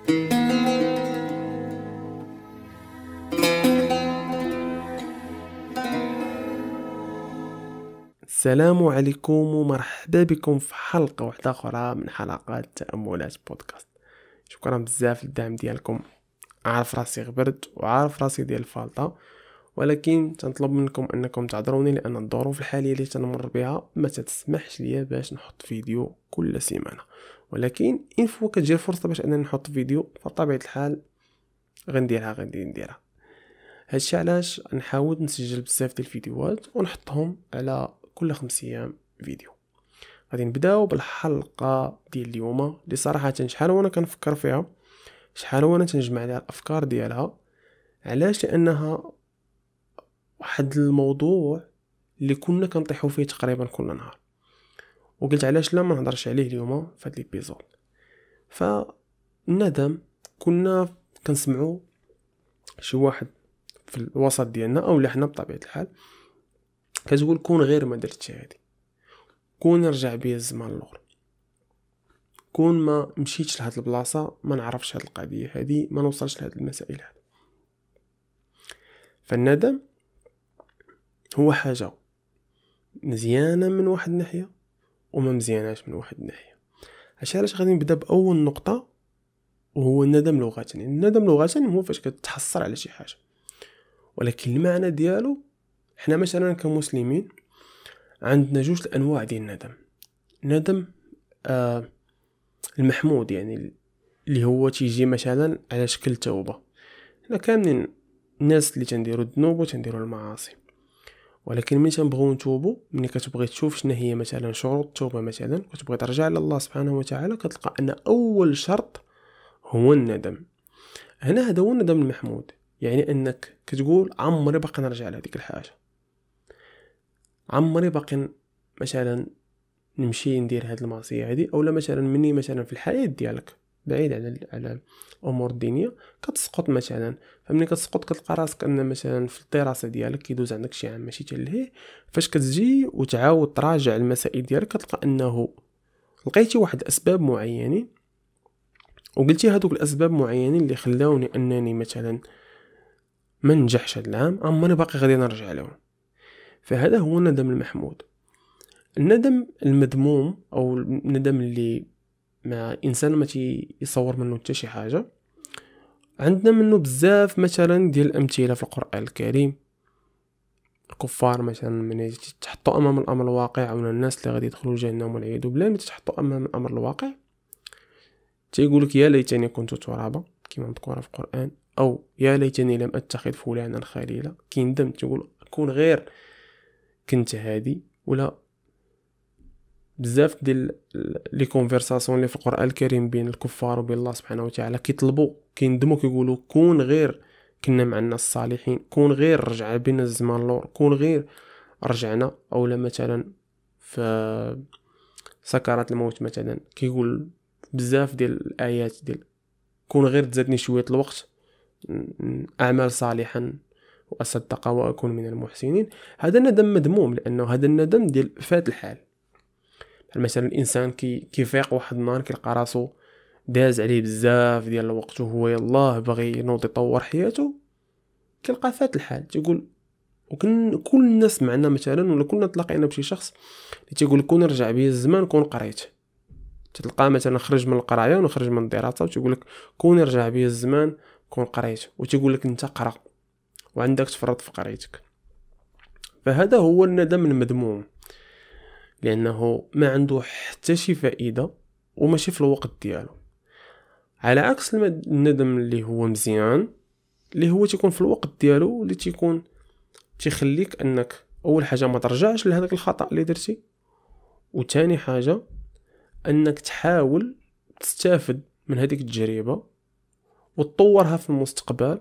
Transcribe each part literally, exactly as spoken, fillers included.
السلام عليكم ومرحبا بكم في حلقة واحدة أخرى من حلقات تأملات بودكاست. شكرا بزاف للدعم ديالكم. عارف راسي غبرت وعارف راسي ديال الفالطة، ولكن تنطلب منكم انكم تعذروني لان الظروف الحاليه اللي تنمر بها ما تسمحش ليا باش نحط فيديو كل سيمانه، ولكن ان فوا كتجي الفرصه باش انني نحط فيديو فطبيعه الحال غنديرها غندير نديرها. هادشي علاش نحاول نسجل بزاف ديال الفيديوهات ونحطهم على كل خمس ايام فيديو. غادي نبداو بالحلقه ديال اليوم اللي صراحه شحال وانا كنفكر فيها، شحال وانا تنجمع عليها الافكار ديالها. علاش؟ لانها واحد الموضوع اللي كنا كنطيحوا فيه تقريبا كل نهار، وقلت علاش لا ما نهضرش عليه اليوم في هذا الابيزود. فالندم كنا كنسمعوا شي واحد في الوسط ديالنا او اللي حنا بطبيعه الحال كتقول كون غير ما درتش هادي، كون يرجع بيا الزمان اللور، كون ما مشيتش لهاد البلاصه ما نعرفش هاد القضيه هادي، ما نوصلش لهاد المسائل هادي. فالندم هو حاجه مزيانه من واحد الناحيه وما مزياناش من واحد الناحيه. علاش غادي نبدا باول نقطه، وهو الندم لغه. الندم لغه هو فاش كتحصر على شي حاجه، ولكن المعنى ديالو حنا مثلا كمسلمين عندنا جوج الانواع ديال الندم. ندم آه المحمود، يعني اللي هو تيجي مثلا على شكل توبه. حنا كاملين الناس اللي تنديروا الذنوب وتنديروا المعاصي، ولكن ملي تنبغيو نتوبوا، ملي كتبغي تشوف شنو هي مثلا شروط التوبه، مثلا كتبغي ترجع لله سبحانه وتعالى، كتلقى ان اول شرط هو الندم. هنا هذا هو الندم المحمود، يعني انك كتقول عمري باقي نرجع لهذيك الحاجه، عمري باقي مثلا نمشي ندير هاد المعصيه هذه، اولا مثلا مني مثلا في الحياه ديالك بعيد على على الامور الدينيه كتسقط مثلا. فملي كتسقط كتلقى راسك ان مثلا في الدراسه ديالك كيدوز عندك شي عام ماشي تلهيه، فاش كتجي وتعاود تراجع المسائل ديالك كتلقى انه لقيتي واحد الاسباب معينين، وقلتي هذوك الاسباب معينين اللي خلاوني انني مثلا ما ننجحش هذا العام، اما انا باقي غادي نرجع لهم. فهذا هو الندم المحمود. الندم المذموم او الندم اللي ما انسان ما يصور منه حتى شي حاجه، عندنا منه بزاف مثلا ديال الامثله في القران الكريم. الكفار مثلا من يتحطوا امام الامر الواقع، او الناس اللي غادي يدخلوا جهنم والعياذ بالله ملي تحطوا امام الامر الواقع تيقول لك يا ليتني كنت ترابا كما مذكوره في القران، او يا ليتني لم اتخذ فلانا خليلا. كيندم تقول كون غير كنت هادي. ولا بزاف ديال لي كونفرساسيون اللي في القران الكريم بين الكفار وبين الله سبحانه وتعالى كيطلبوا كيندموا كيقولوا كون غير كنا مع الناس الصالحين، كون غير رجع بنا الزمان اللور، كون غير رجعنا. اولا مثلا في سكرات الموت مثلا كيقول بزاف ديال الايات ديال كون غير تزادني شويه الوقت اعمل صالحا واصدق واكون من المحسنين. هذا الندم مذموم، لانه هذا الندم ديال فات الحال. مثلا الانسان كي كيفيق واحد النهار كيلقى راسو داز عليه بزاف ديال الوقت وهو يلاه باغي ينوض يطور حياته، كيلقى فات الحال. تيقول وكن كل الناس معنا مثلا ولا كلنا تلاقينا بشي شخص اللي تيقول كون رجع بيا الزمان كون قريت. تلقى مثلا خرج من القرايه وخرج من الدراسه وتيقول لك كون يرجع بيا الزمان كون قريت، وتيقول لك انت قرا وعندك تفرط في قرايتك. فهذا هو الندم المذموم، لانه ما عنده حتى شي فائده وماشي في الوقت ديالو. على عكس الندم اللي هو مزيان، اللي هو تيكون في الوقت ديالو، اللي تيكون تيخليك انك اول حاجه ما ترجعش لهذاك الخطا اللي درتي، وثاني حاجه انك تحاول تستافد من هذيك التجربه وتطورها في المستقبل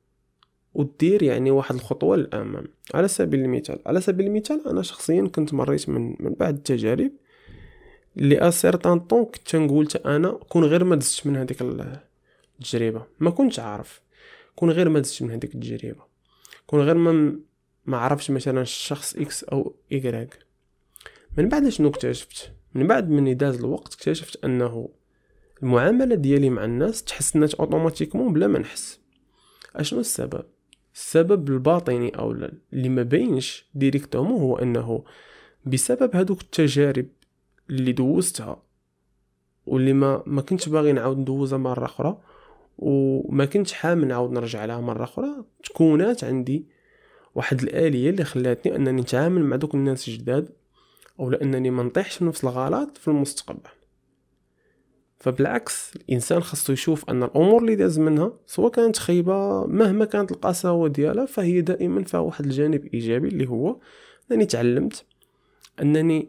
ودير يعني واحد الخطوه للامام. على سبيل المثال على سبيل المثال انا شخصيا كنت مريت من من بعض التجارب اللي اسيرتان طون كنت نقول انا كون غير ما دزتش من هذيك التجربه، ما كنتش عارف، كون غير ما دزتش من هذيك التجربه، كون غير ما ما عرفش مثلا الشخص اكس او ايغريك. من بعد شنو اكتشفت؟ من بعد من داز الوقت اكتشفت انه المعامله ديالي مع الناس تحسنت اوتوماتيكمون بلا ما نحس. اشنو السبب؟ السبب الباطني او اللي ما بينش ديريكتومون هو انه بسبب هذوك التجارب اللي دوزتها واللي ما ما كنتش باغي نعاود ندوزها مره اخرى، وما كنتش حامل نعاود نرجع لها مره اخرى، تكونات عندي واحد الآلية اللي خلاتني انني نتعامل مع دوك الناس الجداد، او لانني ما نطيحش في نفس الغلط في المستقبل. فبالعكس الانسان خاصو يشوف ان الامور اللي داز منها سواء كانت خيبه مهما كانت القساوه ديالها، فهي دائما فيها واحد الجانب ايجابي اللي هو انني تعلمت، انني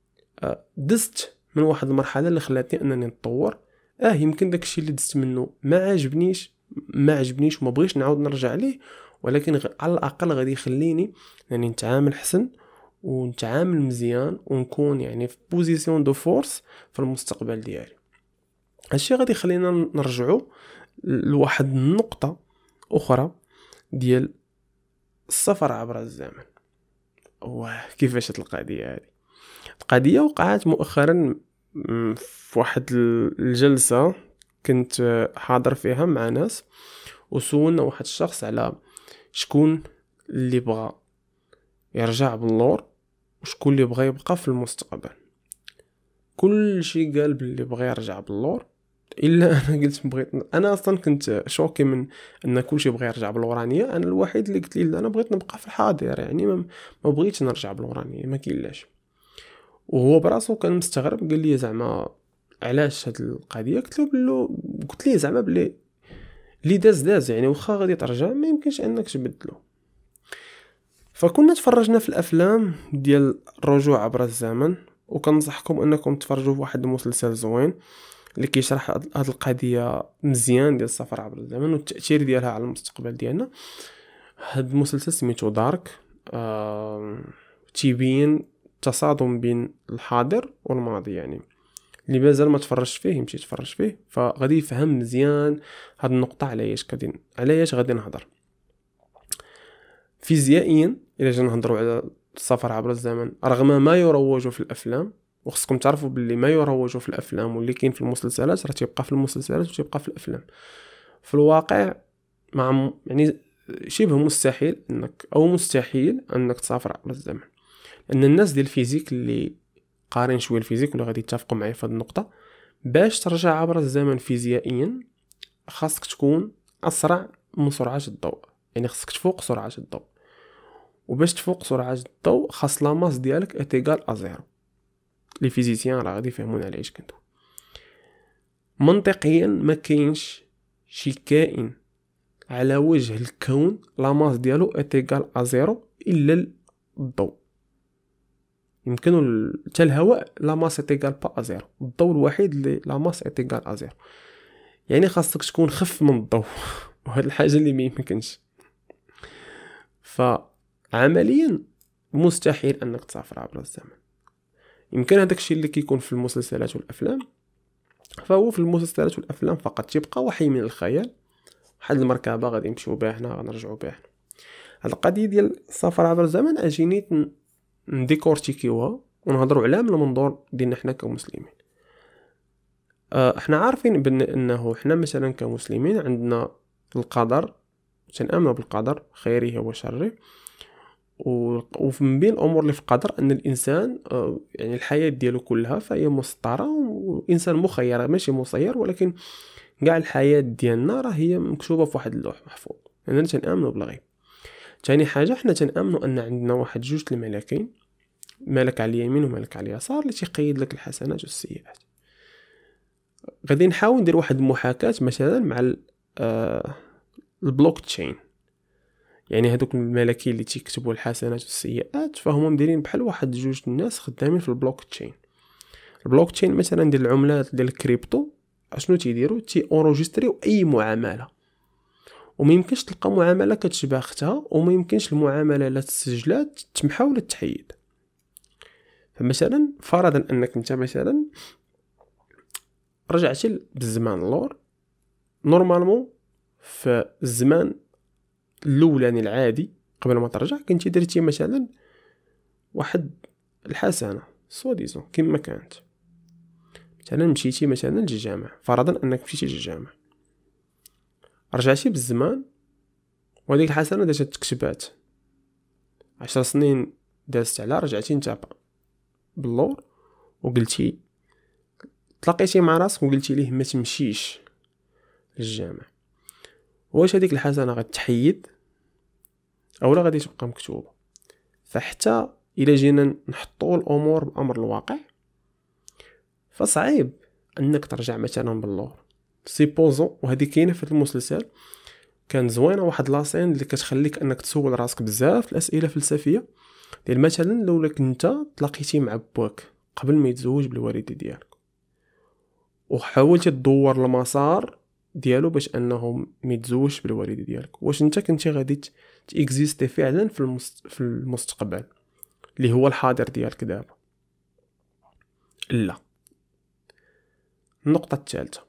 دزت من واحد المرحله اللي خلاتني انني نتطور. اه يمكن داكشي اللي دزت منه ما عجبنيش ما عجبنيش وما بغيش نعاود نرجع ليه، ولكن غ... على الاقل غادي يخليني انني نتعامل حسن ونتعامل مزيان ونكون يعني في بوزيسيون دو فورس في المستقبل ديالي. هادشي غادي يخلينا نرجعوا لواحد النقطه اخرى ديال السفر عبر الزمن. واه كيفاش هاد القضيه هذه؟ القضيه وقعت مؤخرا في واحد الجلسه كنت حاضر فيها مع ناس، وسولنا واحد الشخص على شكون اللي بغى يرجع باللور وشكون اللي بغى يبقى في المستقبل. كل شيء قال باللي بغى يرجع باللور، الا انا قلت بغيت. انا اصلا كنت شوكي من ان كل شيء بغى يرجع بالورانيه. انا الوحيد اللي قلت لي انا بغيت نبقى في الحاضر، يعني ما بغيتش نرجع بالورانيه، ما كاينلاش. وهو براسو كان مستغرب، قال لي زعما علاش هاد القضيه؟ قلت له بلو قلت لي زعما بلي اللي داز داز، يعني واخا غادي ترجع ما يمكنش انك تبدلو. فكنا تفرجنا في الافلام ديال الرجوع عبر الزمن، وكنصحكم انكم تفرجوا في واحد المسلسل زوين اللي كيشرح هاد القضيه مزيان ديال السفر عبر الزمن والتاثير ديالها على المستقبل ديالنا. هاد المسلسل سميتو دارك، آه... تيبين تصادم بين الحاضر والماضي. يعني اللي مازال ما تفرجش فيه يمشي يتفرج فيه، فغادي يفهم مزيان هاد النقطه علاش غادي علاش غادي نهضر. فيزيائيا الا جينا نهضروا على السفر عبر الزمن، رغم ما يروج في الافلام، وخصكم تعرفوا باللي ما يروج في الافلام واللي كاين في المسلسلات راه تيبقى في المسلسلات وتيبقى في الافلام. في الواقع مع يعني شبه مستحيل انك او مستحيل انك تسافر عبر الزمن، لان الناس ديال الفيزيك اللي قارين شويه الفيزيك ولا غادي يتفقوا معايا في هذه النقطه، باش ترجع عبر الزمن فيزيائيا خاصك تكون اسرع من سرعه الضوء، يعني خاصك تفوق سرعه الضوء. وباش تفوق سرعه الضوء خاص لا ماس ديالك اتيغال ا زيرو. لي فيزيسيان راه غادي يفهمون على ايش كنتو. منطقيا ما كاينش شي كائن على وجه الكون لا ماس ديالو اتيغال ا زيرو الا الضوء. يمكن حتى الهواء لا ماس اتيغال با ا زيرو، الضوء الوحيد اللي لا ماس اتيغال ا زيرو. يعني خاصك تكون خف من الضوء وهاد الحاجه اللي ما يمكنش. فعمليا مستحيل انك تسافر عبر الزمن. يمكن هذاك الشيء اللي كيكون في المسلسلات والافلام فهو في المسلسلات والافلام فقط، تيبقى وحي من الخيال. واحد المركبه غادي نمشيو بها حنا غنرجعوا بها حنا. هاد القضيه ديال السفر عبر الزمن اجينيت نديكورتيكيوها ونهضروا عليها من المنظور ديالنا حنا كمسلمين. أه احنا عارفين بان انه حنا مثلا كمسلمين عندنا القدر، تنامنوا بالقدر خيره وشره، ومن بين الامور اللي في القدر ان الانسان أه يعني الحياه ديالو كلها فهي مسطره، وانسان مخير ماشي مسير، ولكن كاع الحياه ديالنا راه هي مكتوبه في واحد اللوح محفوظ. لاننا يعني تنامنوا بالغيب. ثاني حاجه حنا تنامنوا ان عندنا واحد جوج الملكين، ملك على اليمين وملك على اليسار، اللي تيقيد لك الحسنات والسيئات. غادي نحاول ندير واحد المحاكاه مثلا مع آه البلوك تشين. يعني هذوك الملكين اللي تيكتبوا الحسنات والسيئات فهم مديرين بحال واحد جوج الناس خدامين في البلوك تشين. البلوك تشين مثلا ديال العملات ديال الكريبتو اشنو تيديروا؟ تي اورونجستريو اي معامله، وما يمكنش تلقى معامله كتشبه اختها، وما يمكنش المعامله لا تسجلات تمحى ولا تحيد. فمثلا فرضا انك انت مثلا رجعتي بالزمان لور، نورمالمون في الزمان الاولاني العادي قبل ما ترجع كنتي درتي مثلا واحد الحسنه سوا ديزون كما كانت، مثلا مشيتي مثلا للجامع، فرضا انك مشيتي للجامع، رجعتي بالزمان وهذيك الحسنه دازت تكتبات عشر سنين دازت على رجعتي انت باللور وقلتي تلاقيتي مع راسك وقلتي ليه ما تمشيش للجامع، واش هذيك الحسنه غتحيد اولا غادي تبقى مكتوبه؟ فحتى الا جينا نحطوا الامور بامر الواقع فصعيب انك ترجع مثلا باللور. سيبوزو وهذه كاينه في المسلسل كان زوينه واحد لاسين اللي كتخليك انك تسول راسك بزاف الاسئله فلسفيه ديال مثلا لولا كنت تلاقيتي مع باك قبل ما يتزوج بالوالده ديالك وحاولتي تدور المسار ديالو باش انه ما يتزوجش بالوالده ديالك، واش انت كنتي غادي تيكزيستي فعلا في المست... في المستقبل اللي هو الحاضر ديالك دابا؟ لا. النقطه الثالثه،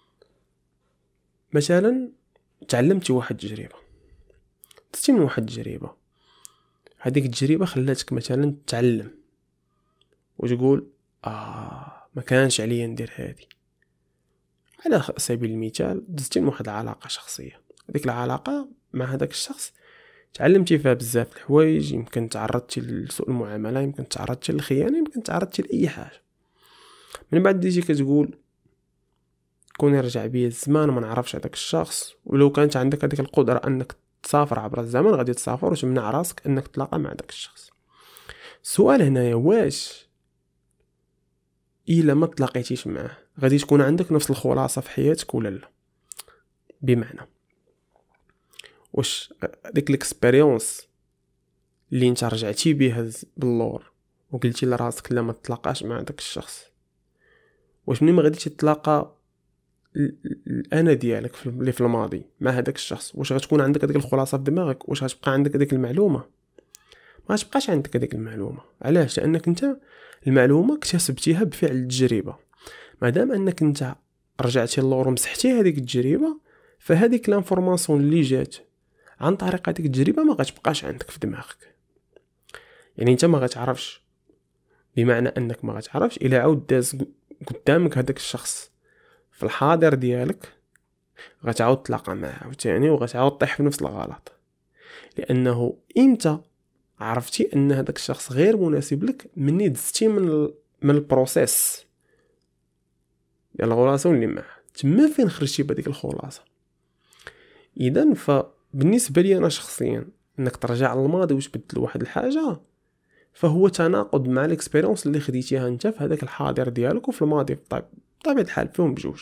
مثلا تعلمتي واحد التجربه، درتي من واحد التجربه، هذيك التجربه خلاتك مثلا تتعلم وتقول اه ما كانش عليا ندير هذه. على سبيل المثال دزتي من واحد العلاقه شخصيه، هذيك العلاقه مع هذاك الشخص تعلمتي فيها بزاف الحوايج، يمكن تعرضتي لسوء المعامله، يمكن تعرضتي للخيانه، يمكن تعرضتي لاي حاجه. من بعد تجي كتقول كون يرجع بيا الزمان وما نعرفش هذاك الشخص، ولو كانت عندك هذيك القدره انك تسافر عبر الزمن غادي تسافر وتمنع راسك انك تلاقى مع داك الشخص. السؤال هنايا واش الا ما تلاقيتيش معه غادي تكون عندك نفس الخلاصه في حياتك ولا لا؟ بمعنى واش ديك الاكسبيريونس اللي انت رجعتي بها باللور وقلتي لراسك لا ما تلاقاش مع داك الشخص، واش منين ما غاديش تتلاقى الانا ديالك اللي في الماضي مع هذاك الشخص واش غتكون عندك هذيك الخلاصه في دماغك؟ واش غتبقى عندك هذيك المعلومه؟ ما غتبقاش عندك هذيك المعلومه. علاش؟ لانك انت المعلومه اكتسبتيها بفعل التجربه. مادام انك انت رجعتي للور ومسحتي هذيك التجربه فهذيك لانفورماسيون اللي جات عن طريق هذيك التجربه ما غتبقاش عندك في دماغك. يعني انت ما غتعرفش، بمعنى انك ما غتعرفش الا عاود داز قدامك هذاك الشخص في الحاضر ديالك غتعاود تلاقى معه عاوتاني وغتعاود طيح في نفس الغلط، لانه انت عرفتي ان هذاك الشخص غير مناسب لك مني دزتي من ال... من البروسيس ديال الغلاصه اللي معه، تما فين خرجتي بهذيك الخلاصه. اذا فبالنسبه لي انا شخصيا انك ترجع للماضي واش بدل واحد الحاجه فهو تناقض مع الاكسبيريونس اللي خديتيها انت في هذاك الحاضر ديالك وفي الماضي. بطبيعه الحال فيهم بجوج.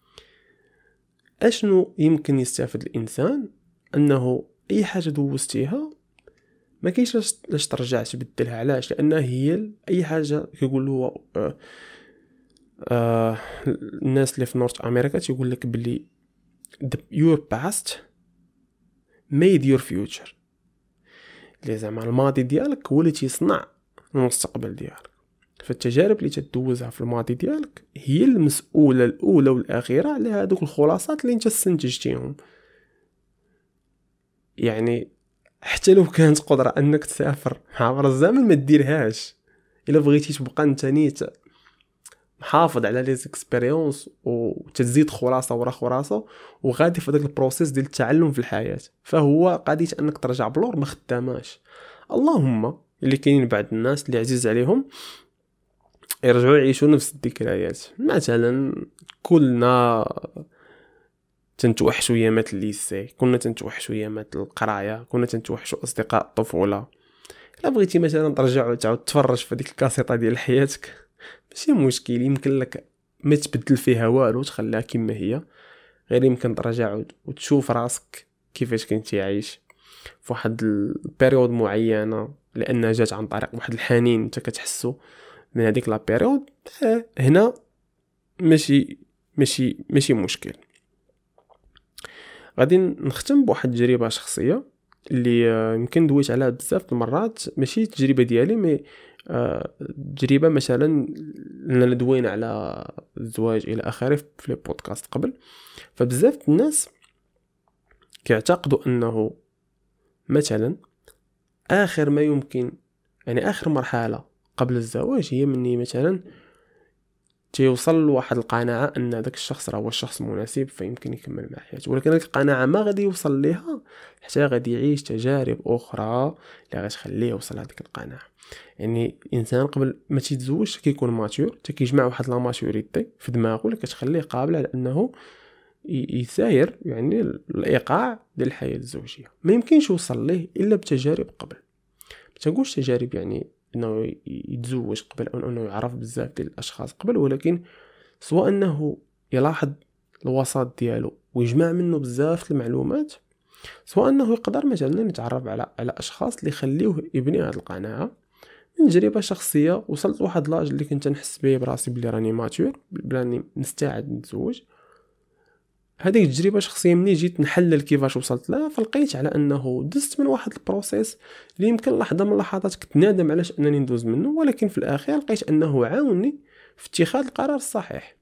اشنو يمكن يستفاد الانسان؟ انه اي حاجه دوزتيها ما كاينش لاش ترجع تبدلها. علاش؟ لانها هي اي حاجه كيقول له آه آه الناس اللي في نورث امريكا تيقول لك بلي your past made your future، اللي زعما الماضي ديالك هو اللي تيصنع المستقبل ديالك. فالتجارب اللي تدوزها في الماضي ديالك هي المسؤوله الاولى والاخيره على هذوك الخلاصات اللي انت استنتجتيهم. يعني حتى لو كانت قدره انك تسافر عبر الزمن ما ديرهاش الا بغيتي تبقى انت نيت محافظ على لي اكسبيريونس وتزيد خلاصه ورا خلاصه وغادي في داك البروسيس ديال التعلم في الحياه. فهو قضيه انك ترجع بلور ما خداماش. اللهم اللي كاينين بعض الناس اللي عزيز عليهم يرجعوا يعيشوا نفس الذكريات. مثلا كلنا تنتوحشوا ايامات الليسي، كنا تنتوحشوا ايامات القرايه، كنا تنتوحشوا اصدقاء الطفوله. الا بغيتي مثلا ترجع وتعاود تفرج في ديك الكاسيطه ديال حياتك ماشي مشكل، يمكن لك ما تبدل فيها والو تخليها كما هي، غير يمكن ترجع وتشوف راسك كيفاش كنتي عايش في واحد البيريود معينه لانها جات عن طريق واحد الحنين انت كتحسو من هذيك لا بيريود. هنا ماشي ماشي ماشي مشكل. غادي نختم بواحد التجربه شخصيه اللي يمكن دويت عليها بزاف المرات، ماشي تجربه ديالي مي تجربه مثلا لنا دوينا على الزواج الى اخره في البودكاست قبل. فبزاف الناس كيعتقدوا انه مثلا اخر ما يمكن، يعني اخر مرحله قبل الزواج هي مني مثلا تيوصل لواحد القناعه ان هذاك الشخص راه هو الشخص المناسب فيمكن يكمل مع حياته، ولكن هذيك القناعه ما غادي يوصل ليها حتى غادي يعيش تجارب اخرى اللي غتخليه يوصل لهذيك القناعه. يعني الانسان قبل ما تيتزوج كيكون ماتور، تكيجمع واحد لا ماتوريتي في دماغه اللي كتخليه قابل على انه يساير يعني الايقاع ديال الحياه الزوجيه. ما يمكنش يوصل ليه الا بتجارب قبل. ما تنقولش تجارب يعني انه يتزوج قبل او انه يعرف بزاف ديال الاشخاص قبل، ولكن سواء انه يلاحظ الوسط ديالو ويجمع منه بزاف المعلومات، سواء انه يقدر مثلا يتعرف على على اشخاص اللي يخليوه يبني هذه القناعه. من تجربه شخصيه وصلت لواحد لاج اللي كنت نحس به براسي بلي راني ماتور، بلاني مستعد نتزوج. هذه التجربه شخصيه مني جيت نحلل كيفاش وصلت لها، فلقيت على انه دزت من واحد البروسيس اللي يمكن لحظه من اللحظات كنت نادم علاش انني ندوز منه، ولكن في الاخير لقيت انه عاوني في اتخاذ القرار الصحيح.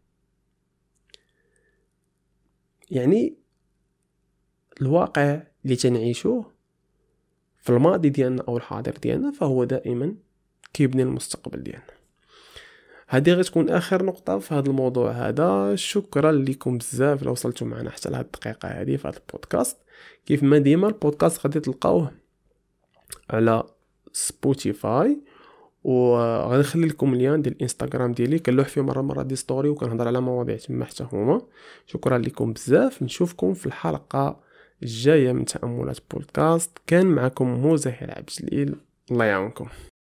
يعني الواقع اللي تنعيشوه في الماضي ديالنا او الحاضر ديالنا فهو دائما كيبني المستقبل ديالنا. هذه غتكون اخر نقطه في هذا الموضوع هذا. شكرا لكم بزاف لو وصلتوا معنا حتى لهاد الدقيقه هذه في هذا البودكاست. كيف ما ديما البودكاست غادي تلقاوه على سبوتيفاي، وغادي نخلي لكم اللين ديال الانستغرام ديالي كنلوح فيه مره مره دي ستوري وكنهضر على مواضيع تما حتى هما. شكرا لكم بزاف، نشوفكم في الحلقه الجايه من تاملات بودكاست. كان معكم مزهر عبد الجليل، الله يعاونكم.